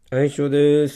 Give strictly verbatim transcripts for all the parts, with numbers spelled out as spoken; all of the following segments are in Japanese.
はい、以上です。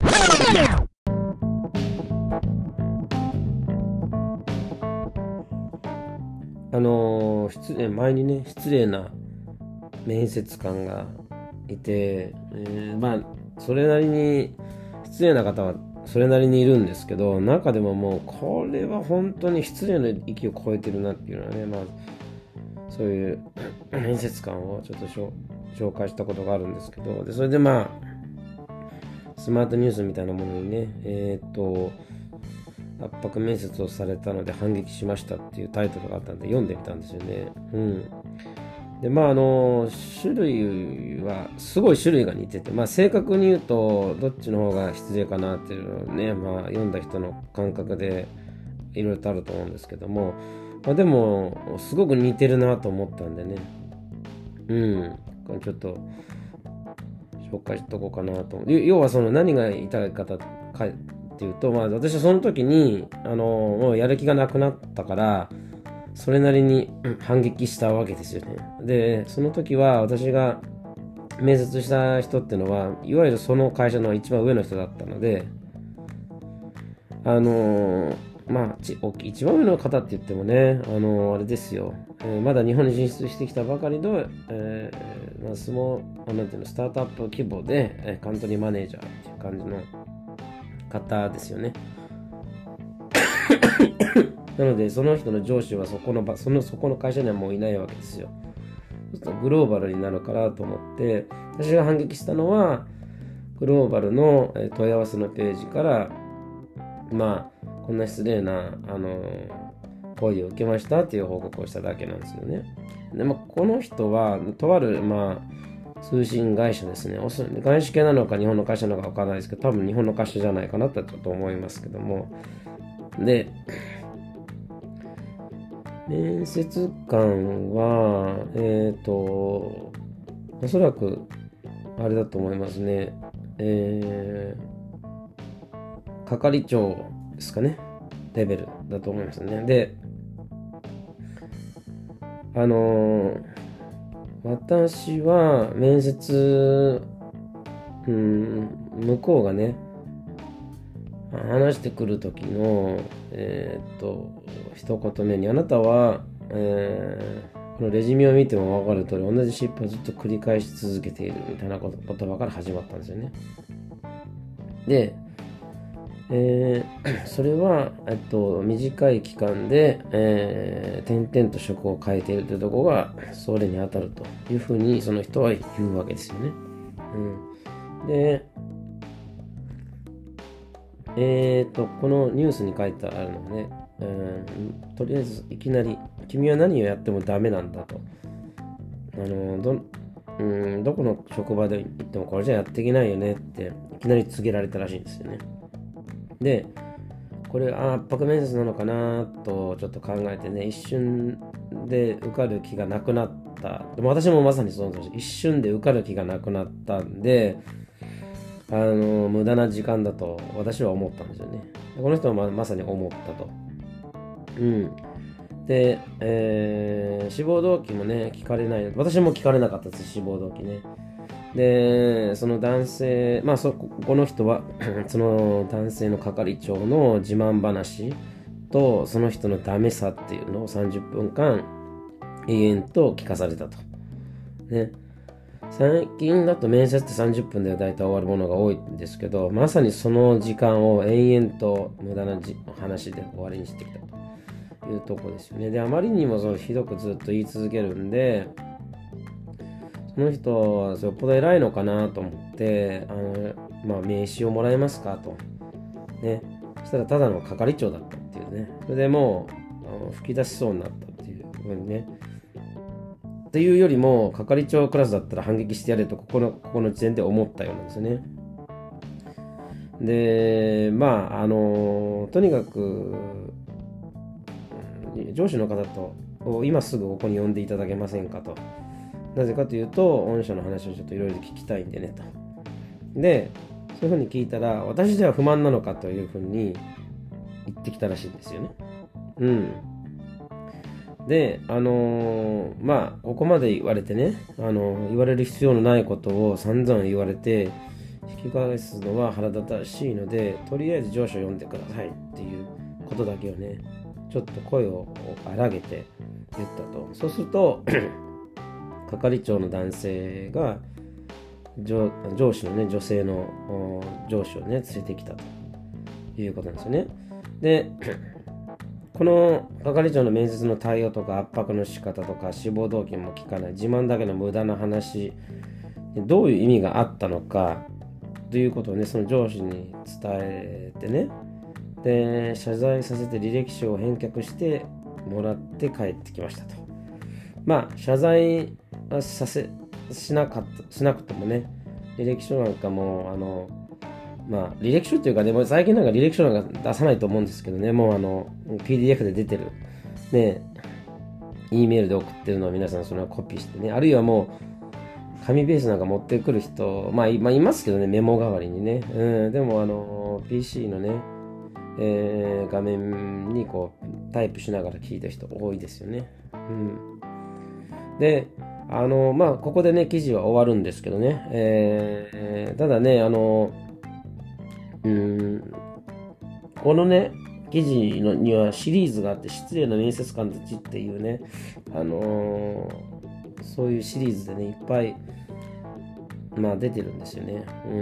あのー失礼、前にね、失礼な面接官がいて、えーまあ、それなりに、失礼な方はそれなりにいるんですけど、中でももう、これは本当に失礼の域を超えてるなっていうのはね、まあ、そういう面接官をちょっと紹介したことがあるんですけど、で、それでまあ、スマートニュースみたいなものにね、えーっと、圧迫面接をされたので反撃しましたっていうタイトルがあったんで読んでみたんですよね。うん。で、まああの、種類は、すごい種類が似てて、まあ正確に言うと、どっちの方が失礼かなっていうのをね、まあ読んだ人の感覚でいろいろとあると思うんですけども、まあでも、すごく似てるなと思ったんでね、うん。これちょっと紹介しとこうかなと。要はその何が言いたい方かっていうと、まあ私はその時に、あの、もうやる気がなくなったから、それなりに反撃したわけですよね。で、その時は私が面接した人っていうのは、いわゆるその会社の一番上の人だったので、あのーまあ、ち一番上の方って言ってもね、あのーあれですよ、えーまだ日本に進出してきたばかりの、えーまあ、スモなんていうの、スタートアップ規模で、えーカントリーマネージャーっていう感じの方ですよね。なので、その人の上司はそこの場、その、そこの会社にはもういないわけですよ。そうするとグローバルになるからと思って、私が反撃したのは、グローバルの問い合わせのページから、まあ、こんな失礼な、あの行為を受けましたっていう報告をしただけなんですよね。で、まあ、この人は、とある、まあ、通信会社ですね。外資系なのか日本の会社なのかわからないですけど、多分日本の会社じゃないかなと思いますけども。で、面接官は、えっ、ー、と、おそらく、あれだと思いますね。えー、係長ですかね。レベルだと思いますね。で、あのー私は面接、うん、向こうがね、話してくる時の、えーっと、一言目に、あなたは、えーこのレジュメを見ても分かる通り、同じ失敗をずっと繰り返し続けているみたいな言葉から始まったんですよね。で、えーそれは、えっと、短い期間で、えー点々と職を変えているというところが、それに当たるというふうに、その人は言うわけですよね。うん、で、えーと、このニュースに書いてあるのはね、うん、とりあえずいきなり、君は何をやってもダメなんだと。あのどうん、どこの職場で行ってもこれじゃやっていけないよねっていきなり告げられたらしいんですよね。で、これあ圧迫面接なのかなとちょっと考えてね、一瞬で受かる気がなくなった。でも私もまさにその年、一瞬で受かる気がなくなったんで、あの無駄な時間だと私は思ったんですよね。この人は ま, まさに思ったと。うん。で、えー志望動機もね、聞かれない。私も聞かれなかったです、志望動機ね。で、その男性、まあそ、この人はその男性の係長の自慢話と、その人のダメさっていうのをさんじゅっぷんかん延々と聞かされたと。ね。最近だと面接ってさんじゅっぷんで大体終わるものが多いんですけど、まさにその時間を延々と無駄な話で終わりにしてきたというところですよね。で、あまりにもそのひどくずっと言い続けるんで、その人はよっぽど偉いのかなと思って、あの、まあ、名刺をもらえますかと。ね。そしたらただの係長だったっていうね。それでもう、あの吹き出しそうになったっていうふうにね。っていうよりも、係長クラスだったら反撃してやれと、ここの、ここの時点で思ったようなんですよね。で、まあ、あの、とにかく、上司の方と、今すぐここに呼んでいただけませんかと。なぜかというと、御社の話をちょっといろいろ聞きたいんでねと。で、そういうふうに聞いたら、私では不満なのかというふうに言ってきたらしいんですよね。うん。で、あのーまあ、ここまで言われてね、あのー言われる必要のないことを散々言われて、引き返すのは腹立たしいので、とりあえず上司を読んでくださいっていうことだけをね、ちょっと声を荒げて言ったと。そうすると係長の男性が 上, 上司のね女性の上司をね連れてきたということなんですよね。でこの係長の面接の対応とか圧迫の仕方とか志望動機も聞かない、自慢だけの無駄な話、どういう意味があったのかということをねその上司に伝えてね、で謝罪させて履歴書を返却してもらって帰ってきましたと。まあ謝罪はさせしなかったしなくてもね、履歴書なんかもあのまあ履歴書っていうかね、もう最近なんか履歴書なんか出さないと思うんですけどね、もうあの ピーディーエフ で出てるね、E メールで送ってるのを皆さんそれをコピーしてね、あるいはもう紙ベースなんか持ってくる人、まあ、まあ、いますけどね、メモ代わりにね、うん、でもあの ピーシー のね、えー、画面にこうタイプしながら聞いた人多いですよね。うん、であのまあここでね記事は終わるんですけどね、えー、ただねあのうんこのね記事のにはシリーズがあって、失礼な面接官たちっていうね、あのー、そういうシリーズでねいっぱいまあ出てるんですよね。うん、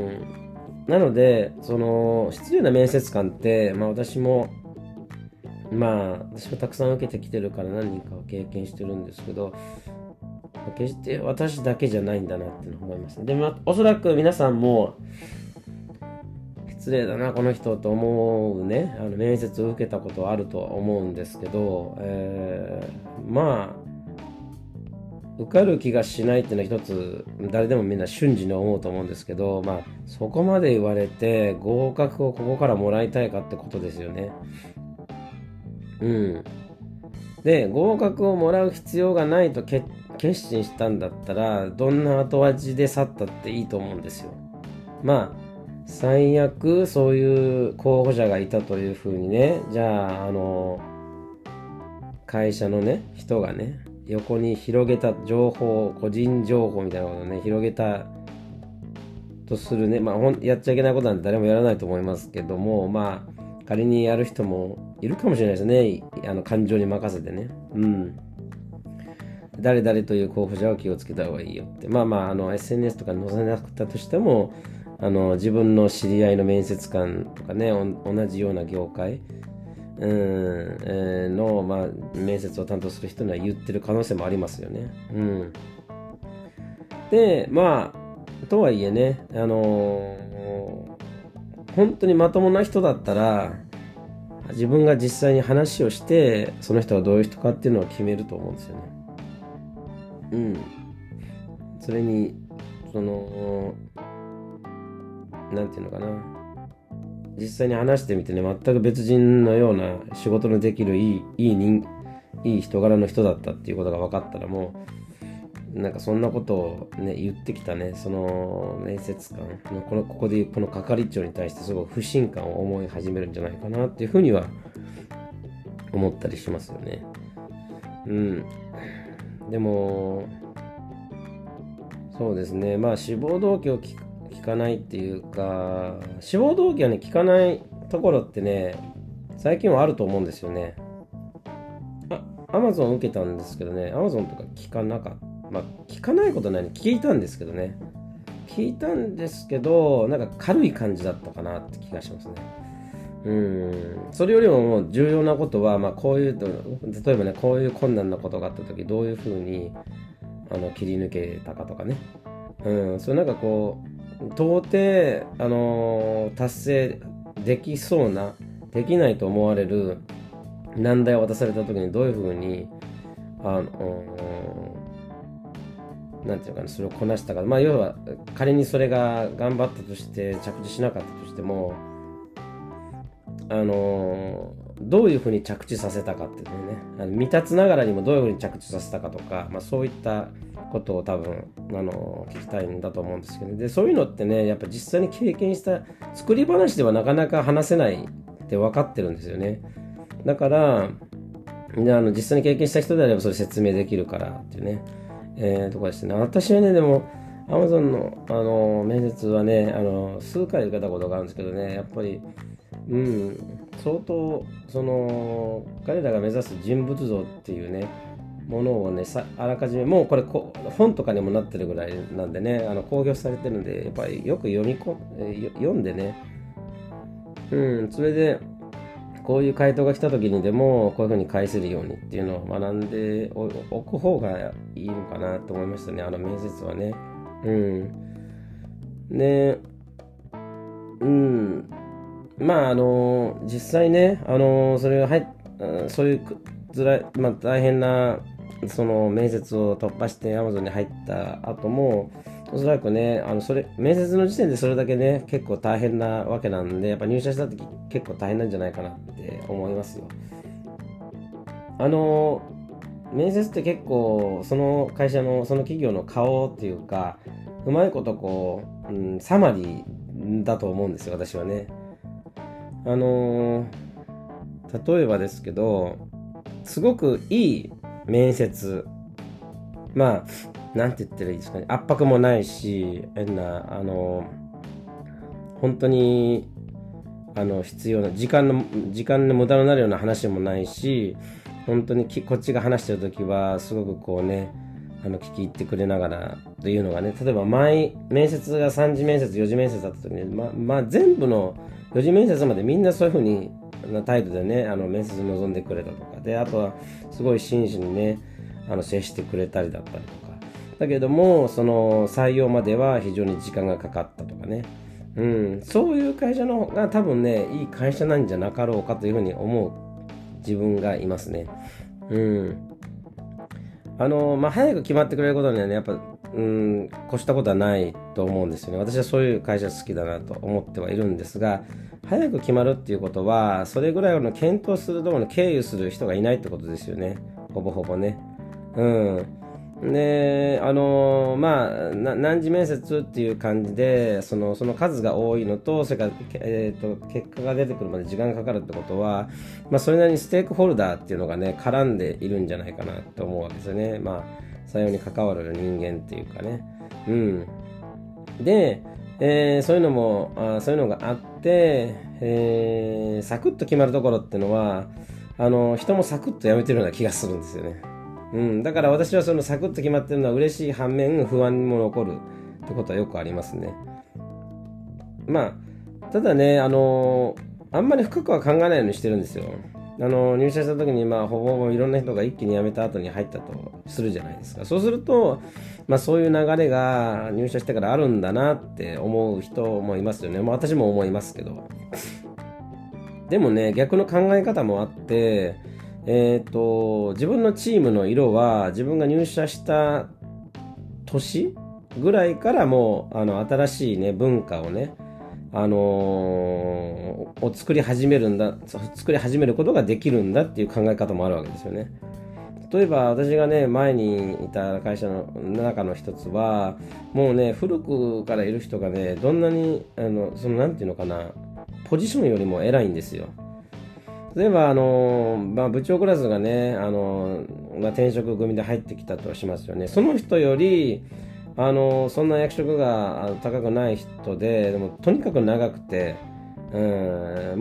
なのでその失礼な面接官ってまあ私もまあ私もたくさん受けてきてるから何人かは経験してるんですけど、決して私だけじゃないんだなっていうのを思います。でもおそらく皆さんも失礼だなこの人と思うね、あの面接を受けたことはあるとは思うんですけど、えー、まあ受かる気がしないっていうのは一つ誰でもみんな瞬時に思うと思うんですけど、まあそこまで言われて合格をここからもらいたいかってことですよね。うん。で合格をもらう必要がないと決決心したんだったら、どんな後味で去ったっていいと思うんですよ。まあ最悪そういう候補者がいたというふうにね、じゃああの会社のね人がね横に広げた情報、個人情報みたいなことをね広げたとするね、まあほんやっちゃいけないことなんて誰もやらないと思いますけども、まあ仮にやる人もいるかもしれないですね、あの感情に任せてね。うん。誰々という候補者は気をつけた方がいいよって、まあまああの エスエヌエス とかに載せなくたとしても、あの自分の知り合いの面接官とかね、同じような業界うん、えー、の、まあ、面接を担当する人には言ってる可能性もありますよね。うん、でまあとはいえね、あのー、本当にまともな人だったら自分が実際に話をしてその人がどういう人かっていうのを決めると思うんですよね。うん、それにそのなんていうのかな、実際に話してみてね、全く別人のような仕事のできるいいいい人いい人柄の人だったっていうことが分かったら、もうなんかそんなことをね言ってきたねその面接官のこのここでこの係長に対してすごく不信感を思い始めるんじゃないかなっていうふうには思ったりしますよね。うん。でもそうですね、まあ志望動機を聞く聞かないっていうか、志望動機はね聞かないところってね最近はあると思うんですよね。あ、アマゾン受けたんですけどね、アマゾンとか聞かなかった。まあ聞かないことないに聞いたんですけどね。聞いたんですけど、なんか軽い感じだったかなって気がしますね。うん。それよりももう重要なことは、まあこういう、例えばね、こういう困難なことがあった時どういうふうにあの切り抜けたかとかね。うん。それなんかこう到底、あのー、達成できそうなできないと思われる難題を渡された時にどういうふうにあのー、なんていうかな、それをこなしたか、まあ要は仮にそれが頑張ったとして着地しなかったとしても、あのー、どういうふうに着地させたかっていうね、あの未達ながらにもどういうふうに着地させたかとか、まあ、そういったことを多分あの聞きたいんだと思うんですけど、でそういうのってねやっぱ実際に経験した作り話ではなかなか話せないって分かってるんですよね。だからあの実際に経験した人であればそれ説明できるからっていうね、えー、ところですね。私はねでも Amazon の、あの面接はね、あの数回受けたことがあるんですけどね、やっぱり、うん、相当、その、彼らが目指す人物像っていうね、ものをね、さあらかじめ、もうこれこ、本とかにもなってるぐらいなんでね、あの公表されてるんで、やっぱりよく読みこ、えーよ読んでね、うん、それで、こういう回答が来た時にでも、こういうふうに返せるようにっていうのを学んでおおく方がいいのかなと思いましたね、あの面接はね。うん。で、うん。まあ、あの、実際ね、あの、それが入っ、うんそういうくずらい、まあ、大変な、その面接を突破して Amazon に入った後も、おそらくね、あの、それ、面接の時点でそれだけね、結構大変なわけなんで、やっぱ入社した時結構大変なんじゃないかなって思いますよ。あの、面接って結構、その会社の、その企業の顔っていうか、うまいことこう、うん、サマリーだと思うんですよ、私はね。あの例えばですけど、すごくいい面接、まあ、なんて言ったらいいですかね、圧迫もないし、変な、あの本当に、あの、必要な、時間の、時間の無駄になるような話もないし、本当にきこっちが話してるときは、すごくこうね、あの、聞き入ってくれながらというのがね、例えば前、面接がさんじ面接、よじ面接だったときに、ま、まあ、全部のよじ面接までみんなそういうふうに、な態度でね、あの、面接に臨んでくれたとか、で、あとは、すごい真摯にね、あの、接してくれたりだったりとか、だけども、その、採用までは非常に時間がかかったとかね、うん、そういう会社の方が多分ね、いい会社なんじゃなかろうかというふうに思う自分がいますね。うん。あの、まあ、早く決まってくれることにはね、やっぱ、うん、越したことはないと思うんですよね。私はそういう会社好きだなと思ってはいるんですが、早く決まるっていうことは、それぐらいの検討するところの経由する人がいないってことですよね。ほぼほぼね。うん。で、あのまあ、な何次面接っていう感じで、その、その数が多いのと、それから、えーと、結果が出てくるまで時間がかかるってことは、まあ、それなりにステークホルダーっていうのがね、絡んでいるんじゃないかなと思うわけですよね。まあ、採用に関わる人間っていうかね。うん。で、えーそういうのも、あそういうのがあって、えーサクッと決まるところっていうのは、あの、人もサクッとやめてるような気がするんですよね。うん、だから私はそのサクッと決まってるのは嬉しい反面不安にも残るってことはよくありますね。まあただね、あのあんまり深くは考えないようにしてるんですよ。あの入社した時にまあほぼほぼいろんな人が一気に辞めた後に入ったとするじゃないですか。そうすると、まあ、そういう流れが入社してからあるんだなって思う人もいますよね。まあ、私も思いますけど、でもね、逆の考え方もあって、えっと、自分のチームの色は自分が入社した年ぐらいからもう、あの、新しいね、文化をね、あのーを作り始めるんだ、作り始めることができるんだっていう考え方もあるわけですよね。例えば私がね、前にいた会社の中の一つは、もうね、古くからいる人がね、どんなに、あの、その、なんていうのかな、ポジションよりも偉いんですよ。例えば、あのまあ、部長クラスがね、あのまあ、転職組で入ってきたとしますよね。その人より、あのそんな役職が高くない人で、でもとにかく長くて、うん、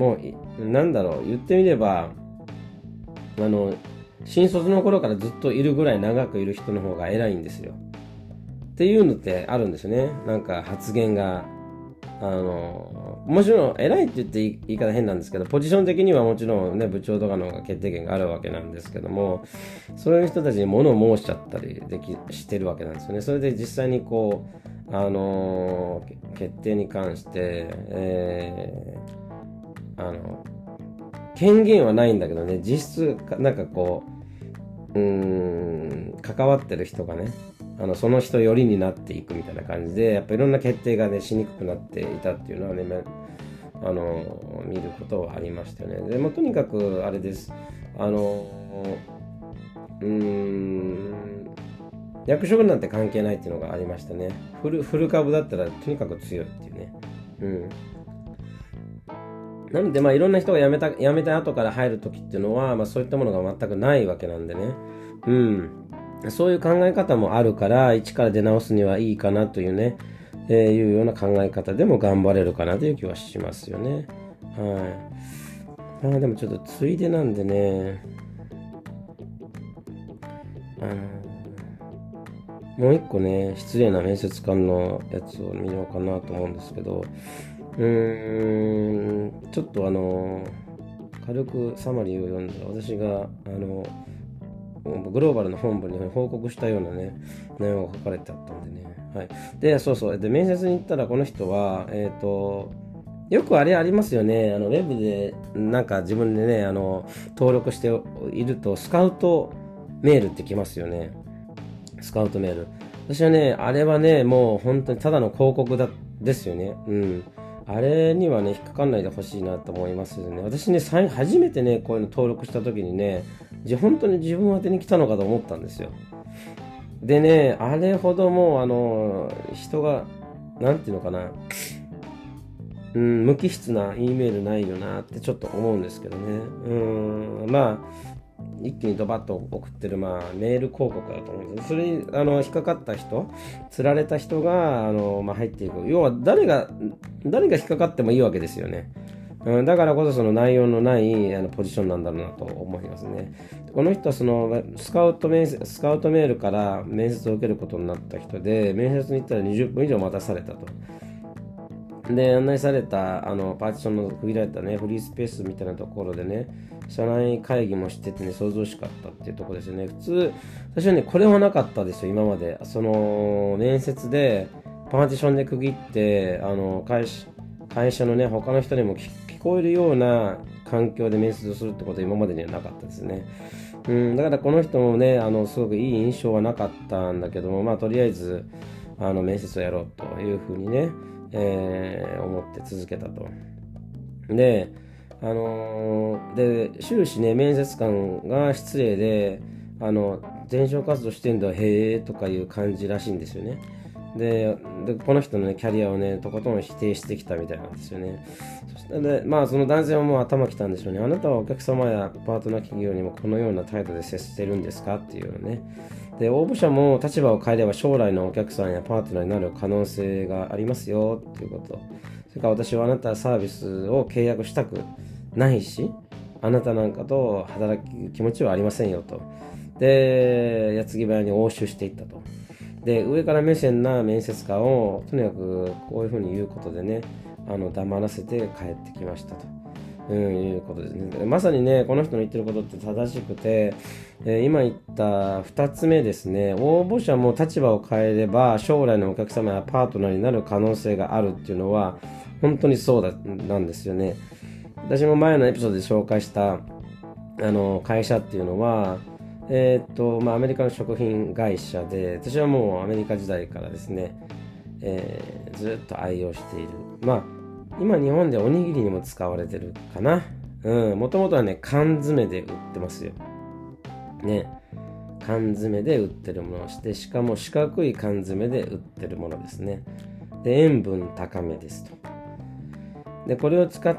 もう、なんだろう、言ってみれば、あの、新卒の頃からずっといるぐらい長くいる人の方が偉いんですよ。っていうのってあるんですよね。なんか発言が。あの、もちろん偉いって言って言い方変なんですけど、ポジション的にはもちろんね、部長とかの方が決定権があるわけなんですけども、そういう人たちに物を申しちゃったりできしてるわけなんですよね。それで実際にこう、あの決定に関して、えー、あの、権限はないんだけどね、実質、なんかこう、うーん、関わってる人がね、あのその人寄りになっていくみたいな感じで、やっぱいろんな決定がねしにくくなっていたっていうのはね、あの見ることはありましたよね。でもとにかくあれです。あのうーん役職なんて関係ないっていうのがありましたね。フルフル株だったらとにかく強いっていうね。うん。なのでまあいろんな人が辞めた辞めた後から入る時っていうのは、まあ、そういったものが全くないわけなんでね。うん。 そういう考え方もあるから、一から出直すにはいいかなというね、えー、いうような考え方でも頑張れるかなという気はしますよね。はい。あでもちょっとついでなんでね、あのもう一個ね、失礼な面接官のやつを見ようかなと思うんですけど、うーん、ちょっとあの、軽くサマリーを読んで、私が、あの、グローバルの本部に報告したようなね、内容が書かれてあったんでね。はい。で、そうそう。で、面接に行ったらこの人は、えっと、よくあれありますよね。あの、ウェブで、なんか自分でね、あの、登録していると、スカウトメールって来ますよね。スカウトメール。私はね、あれはね、もう本当にただの広告だ、ですよね。うん。あれにはね、引っかかんないでほしいなと思いますよね。私ね、初めてね、こういうの登録した時にね、本当に自分宛てに来たのかと思ったんですよ。でね、あれほどもう、あの、人が、なんていうのかな、うん、無機質な E メールないよなってちょっと思うんですけどね。うん、まあ、一気にドバッと送ってる、まあ、メール広告だと思うんです。それにあの引っかかった人、釣られた人があの、まあ、入っていく。要は誰が、誰が引っかかってもいいわけですよね。うん、だからこそその内容のないあのポジションなんだろうなと思いますね。この人はそのスカウト面接、スカウトメールから面接を受けることになった人で、面接に行ったらにじゅっぷん以上待たされたと。で、案内されたあのパーティションの区切られたね、フリースペースみたいなところでね、社内会議もしててね、想像しかったっていうところですよね。普通、私はね、これはなかったですよ、今まで。その、面接で、パーティションで区切って、あの、会社、会社のね、他の人にも聞聞こえるような環境で面接をするってことは今までにはなかったですね。うん、だからこの人もね、あの、すごくいい印象はなかったんだけども、まあ、とりあえず、あの、面接をやろうというふうにね、えー、思って続けたと。で、あのー、で、終始ね、面接官が失礼で、あの、前哨活動してんだ、へえとかいう感じらしいんですよね。で、でこの人の、ね、キャリアをね、とことん否定してきたみたいなんですよね。そしてで、まあ、その男性はもう頭きたんでしょうね。あなたはお客様やパートナー企業にもこのような態度で接してるんですかっていうのね。で、応募者も立場を変えれば将来のお客さんやパートナーになる可能性がありますよっていうこと。それから私はあなたはサービスを契約したくないし、あなたなんかと働く気持ちはありませんよと。で、矢継ぎ早に応酬していったと。で、上から目線な面接官をとにかくこういうふうに言うことでね、あの黙らせて帰ってきましたと。うん、いうことですね。まさにね、この人の言ってることって正しくて、えー、今言ったふたつめですね、応募者も立場を変えれば将来のお客様やパートナーになる可能性があるっていうのは本当にそうだなんですよね。私も前のエピソードで紹介したあの会社っていうのは、えーっとまあ、アメリカの食品会社で、私はもうアメリカ時代からですね、えー、ずっと愛用している。まあ今日本でおにぎりにも使われてるかな。うん、もともとはね、缶詰で売ってますよ。ね。缶詰で売ってるものをして、しかも四角い缶詰で売ってるものですね。で、塩分高めですと。で、これを使った、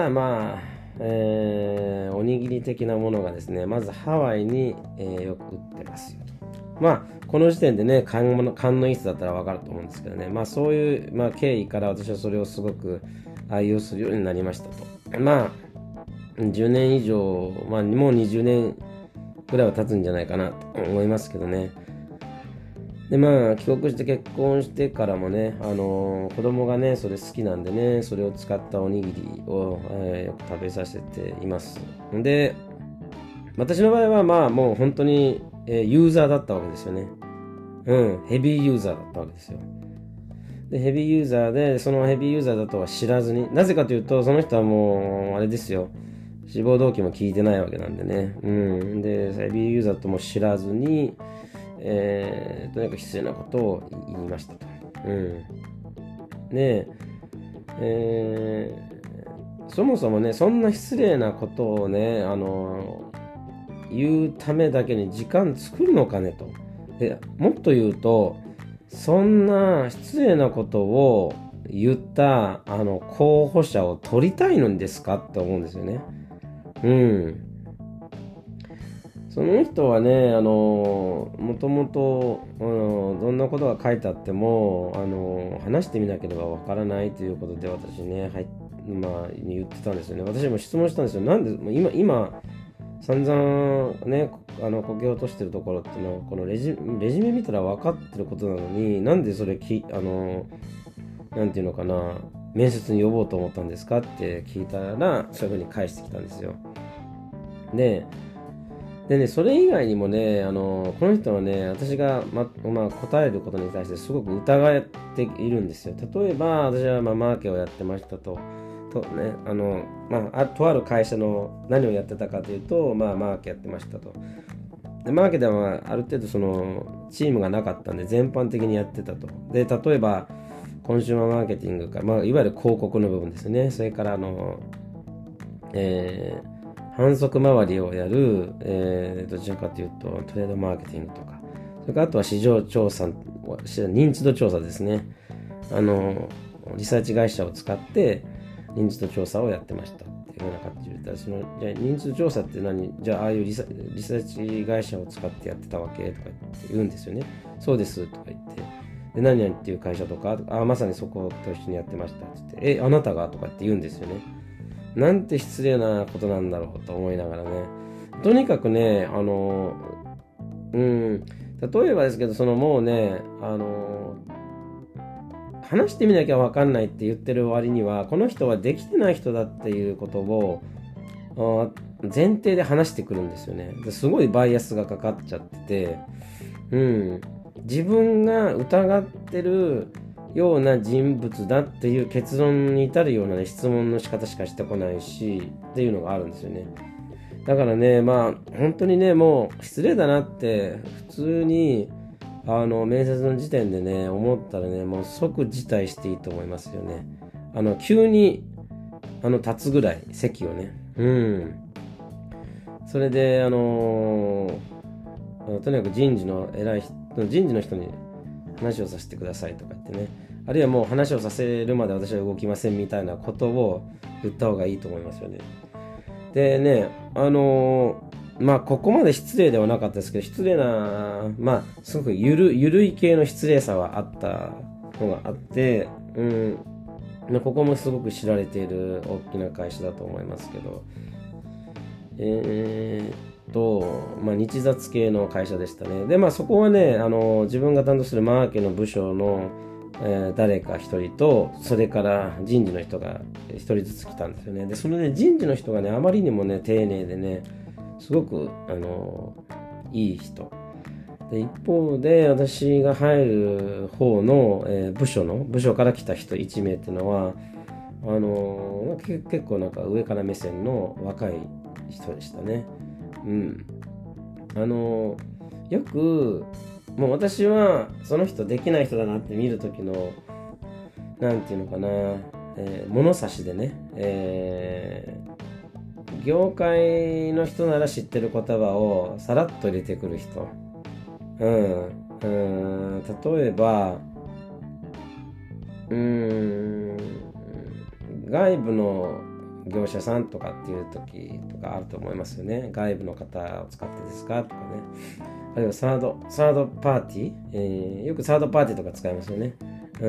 まあ、えー、おにぎり的なものがですね、まずハワイに、えー、よく売ってますよと。まあ、この時点でね、勘の、勘のいい人だったらわかると思うんですけどね、まあそういう、まあ、経緯から私はそれをすごく愛用するようになりましたと。まあ、じゅうねん以上、まあもうにじゅうねんぐらいは経つんじゃないかなと思いますけどね。でまあ帰国して結婚してからもね、あのー、子供がねそれ好きなんでね、それを使ったおにぎりを、えー、よく食べさせています。で私の場合はまあもう本当に、えー、ユーザーだったわけですよね。うんヘビーユーザーだったわけですよ。でヘビーユーザーで、そのヘビーユーザーだとは知らずに、なぜかというとその人はもうあれですよ、志望動機も聞いてないわけなんでね。うんでヘビーユーザーとも知らずに、えー、とにかく失礼なことを言いましたと。うん、で、えー、そもそもね、そんな失礼なことをね、あの言うためだけに時間作るのかねと。でもっと言うと、そんな失礼なことを言ったあの候補者を取りたいのですかって思うんですよね。うん。 その人はね、あのもともとあのどんなことが書いてあってもあの話してみなければわからないということで私ね、はい、まあ、言ってたんですよね。私も質問したんですよ。なんで今今散々ね、あのこけ落としてるところっていうのはこのレジレジュメ見たら分かってることなのに、なんでそれきあのなんていうのかな、面接に呼ぼうと思ったんですかって聞いたら、そういうふうに返してきたんですよ。ででね、それ以外にもね、あのこの人はね、私が、ままあ、答えることに対してすごく疑っているんですよ。例えば、私は、まあ、マーケをやってましたと。とね、あのまあ、あとある会社の何をやってたかというと、まあ、マーケやってましたと。でマーケではある程度そのチームがなかったんで全般的にやってたと。で例えばコンシューマーマーケティングか、まあ、いわゆる広告の部分ですね。それからあの、えー反則回りをやる、えー、どちらかというとトレードマーケティングとか、それからあとは市場調査、認知度調査ですね。あのリサーチ会社を使って認知度調査をやってましたっていうような感じで言ったら、そのじゃあ認知度調査って何、じゃあああいうリサ、リサーチ会社を使ってやってたわけとか言うんですよね。そうですとか言って、で何々っていう会社とか、あまさにそこと一緒にやってましたって言って、えあなたがとかって言うんですよね。なんて失礼なことなんだろうと思いながらね。とにかくね、あの、うん、例えばですけど、そのもうね、あの、話してみなきゃ分かんないって言ってる割には、この人はできてない人だっていうことを前提で話してくるんですよね。すごいバイアスがかかっちゃってて、うん、自分が疑ってるような人物だっていう結論に至るような、ね、質問の仕方しかしてこないしっていうのがあるんですよね。だからね、まあ本当にね、もう失礼だなって普通にあの面接の時点でね思ったらね、もう即辞退していいと思いますよね。あの急にあの立つぐらい席をね、うん、それであのー、とにかく人事の偉い人人事の人に話をさせてくださいとか言ってね、あるいはもう話をさせるまで私は動きませんみたいなことを言った方がいいと思いますよね。でね、あのー、まあここまで失礼ではなかったですけど、失礼な、まあすごくゆるゆるい系の失礼さはあったのがあって、うん、ここもすごく知られている大きな会社だと思いますけど、えーとまあ、日雑系の会社でしたね。で、まあ、そこはね、あの自分が担当するマーケの部署の、えー、誰か一人と、それから人事の人が一人ずつ来たんですよね。で、そのね、人事の人がね、あまりにもね、丁寧でね、すごく、あのいい人。で、一方で、私が入る方の、えー、部署の、部署から来た人いち名っていうのは、あのー、結構なんか上から目線の若い人でしたね。うん。あのー、よく、もう私はその人できない人だなって見るときの、なんていうのかな、えー、物差しでね、えー、業界の人なら知ってる言葉をさらっと入れてくる人。うん。うん、例えば、うーん、外部の業者さんとかっていう時とかあると思いますよね。外部の方を使ってですかとかね。あるいはサード、サードパーティー、えー、よくサードパーティーとか使いますよね。うん。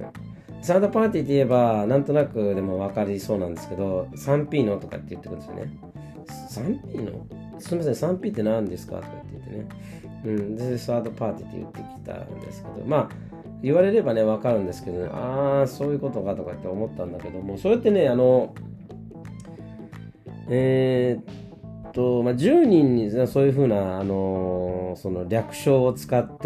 サードパーティーって言えば、なんとなくでも分かりそうなんですけど、スリーピー のとかって言ってくるんですよね。スリーピー のすみません、スリーピー って何ですかとかって言ってね。うん。で、サードパーティーって言ってきたんですけど、まあ、言われればね、分かるんですけど、ね、ああ、そういうことかとかって思ったんだけども、それってね、あの、えー、っと、まあ、じゅうにんにそういうふうな、あの、その略称を使って、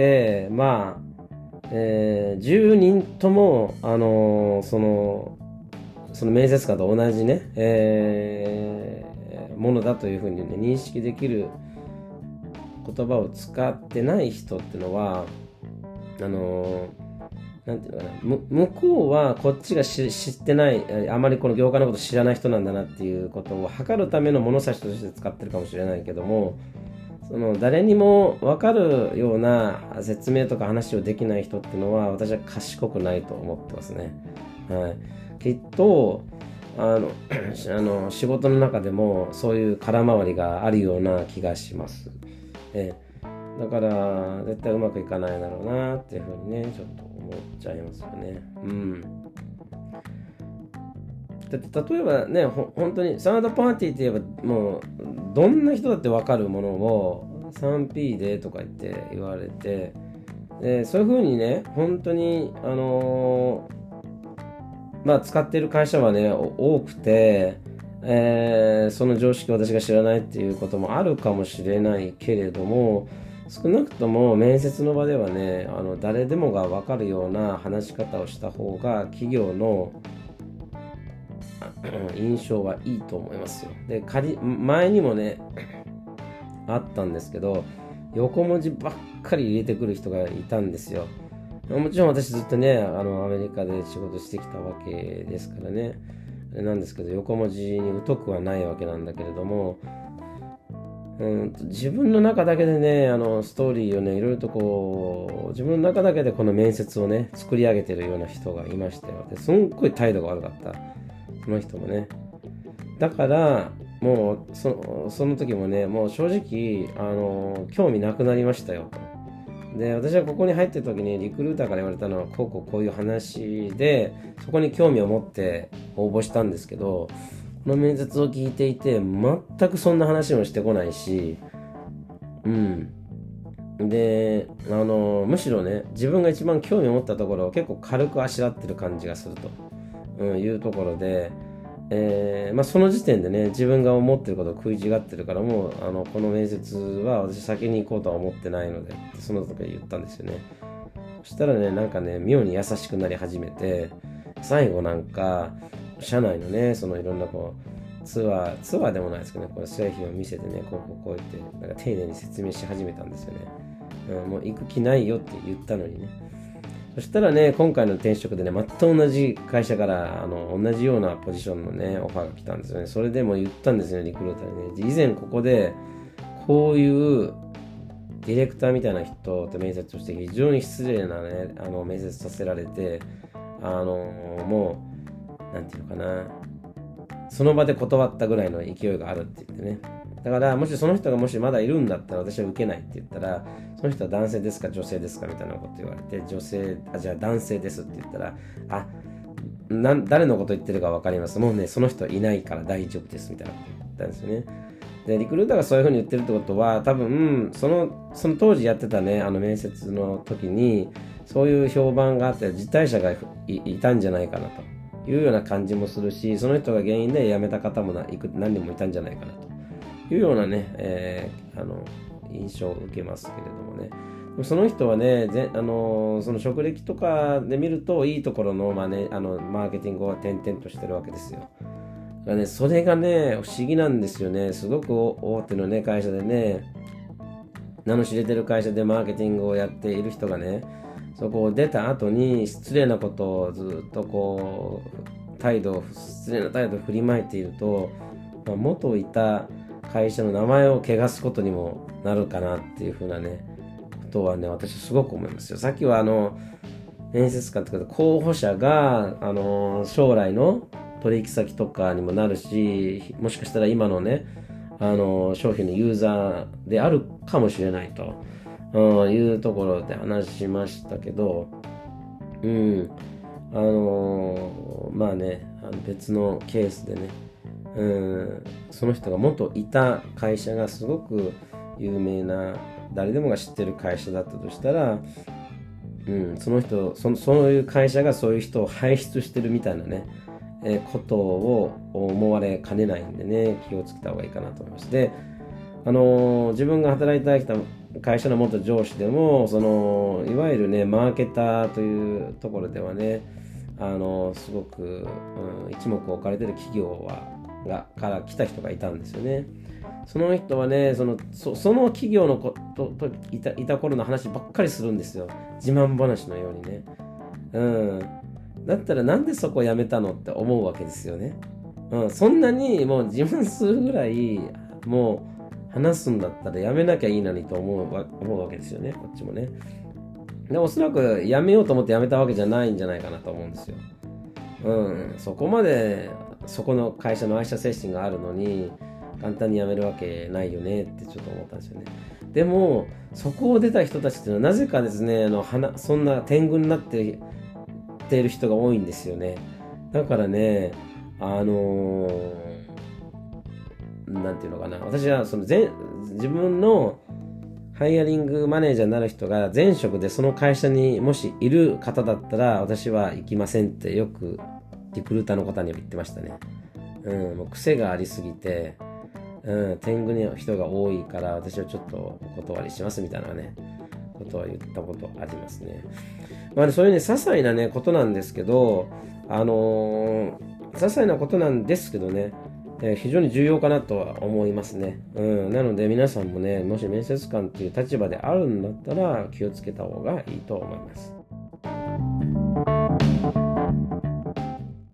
まあ、えー、じゅうにんとも、あの、その、その面接官と同じね、えー、ものだというふうに、ね、認識できる言葉を使ってない人っていうのは、あのなんていうのかな、向こうはこっちが知ってない、あまりこの業界のこと知らない人なんだなっていうことを測るための物差しとして使ってるかもしれないけども、その誰にも分かるような説明とか話をできない人っていうのは私は賢くないと思ってますね。はい、きっとあのあの仕事の中でもそういう空回りがあるような気がします。 ええ、だから絶対うまくいかないだろうなっていうふうにねちょっと思っちゃいますよね。うん。だって例えばね、ほ本当にサードパーティーって言えばもうどんな人だって分かるものを スリーピー でとか言って言われて、でそういうふうにね本当にあのーまあ使ってる会社はね多くて、えーその常識を私が知らないっていうこともあるかもしれないけれども、少なくとも面接の場ではねあの誰でもが分かるような話し方をした方が企業の印象はいいと思いますよ。で仮前にもねあったんですけど、横文字ばっかり入れてくる人がいたんですよ。もちろん私ずっとねあのアメリカで仕事してきたわけですからね、なんですけど横文字に疎くはないわけなんだけれども、うん自分の中だけでねあのストーリーをねいろいろとこう自分の中だけでこの面接をね作り上げてるような人がいましたよ。ですんごい態度が悪かった、その人もね。だからもう そ, その時もねもう正直あの興味なくなりましたよと。で私はここに入ってる時にリクルーターから言われたのはこうこうこういう話で、そこに興味を持って応募したんですけど、この面接を聞いていて全くそんな話もしてこないし、うんであのむしろね自分が一番興味を持ったところを結構軽くあしらってる感じがすると、うん、いうところで、えーまあ、その時点でね自分が思ってることを食い違ってるから、もうあのこの面接は私先に行こうとは思ってないのでってその時は言ったんですよね。そしたらねなんかね妙に優しくなり始めて、最後なんか社内のねそのいろんなこうツアーツアーでもないですけどね、これ製品を見せてねこうこうこう言ってなんか丁寧に説明し始めたんですよね。うん、もう行く気ないよって言ったのにね。そしたらね今回の転職でね全く同じ会社からあの同じようなポジションのねオファーが来たんですよね。それでも言ったんですよリクルーターにね、以前ここでこういうディレクターみたいな人と面接をして非常に失礼なねあの面接させられて、あのもうなんていうのかな、その場で断ったぐらいの勢いがあるって言ってね。だからもしその人がもしまだいるんだったら私は受けないって言ったら、その人は男性ですか女性ですかみたいなこと言われて、女性あじゃあ男性ですって言ったら、あな誰のこと言ってるか分かります、もうねその人いないから大丈夫ですみたいなこと言ったんですよね。でリクルーターがそういうふうに言ってるってことは多分そのその当時やってたねあの面接の時にそういう評判があって辞退者が い, いたんじゃないかなというような感じもするし、その人が原因で辞めた方もないく何人もいたんじゃないかなというようなね、えー、あの印象を受けますけれどもね。その人はね、ぜあのその職歴とかで見るといいところの,、まあね、あのマーケティングを転々としてるわけですよ。だからね、それがね不思議なんですよね。すごく大手のね会社でね、名の知れてる会社でマーケティングをやっている人がね、そこを出た後に失礼なことをずっとこう態度失礼な態度を振りまいていると、まあ、元いた会社の名前を汚すことにもなるかなっていうふうなねことはね私はすごく思いますよ。さっきはあの面接官とか候補者があの将来の取引先とかにもなるし、もしかしたら今のねあの商品のユーザーであるかもしれないと、うん、いうところで話しましたけど、うんあのまあねあの別のケースでね、うん、その人が元いた会社がすごく有名な誰でもが知ってる会社だったとしたら、うん、その人 そ, そういう会社がそういう人を輩出してるみたいなね、えーことを思われかねないんでね気をつけた方がいいかなと思います。で、あのー自分が働いてきた会社の元上司でもそのいわゆるねマーケターというところではね、あのーすごく、うん、一目置かれてる企業はがから来た人がいたんですよね。その人はね その, そ, その企業のこととい た, いた頃の話ばっかりするんですよ、自慢話のようにね。うんだったらなんでそこ辞めたのって思うわけですよね。うん、そんなにもう自慢するぐらいもう話すんだったら辞めなきゃいいのにと思うわ思うわけですよね、こっちもね。でおそらく辞めようと思って辞めたわけじゃないんじゃないかなと思うんですよ。うん、そこまでそこの会社の愛社精神があるのに、 簡単に辞めるわけないよねってちょっと思ったんですよね。でもそこを出た人たちっていうのはなぜかですね、あの花そんな天狗になってている人が多いんですよね。だからね、あのー、なんていうのかな、私はその前自分のハイアリングマネージャーになる人が前職でその会社にもしいる方だったら私は行きませんってよくリクルーターの方には言ってましたね。うん、もう癖がありすぎて、うん、天狗の人が多いから私はちょっとお断りしますみたいなねことは言ったことありますね。まあね、そういうね些細なねことなんですけど、あのー、些細なことなんですけどね、えー非常に重要かなとは思いますね。うん、なので皆さんもね、もし面接官っていう立場であるんだったら気をつけた方がいいと思います。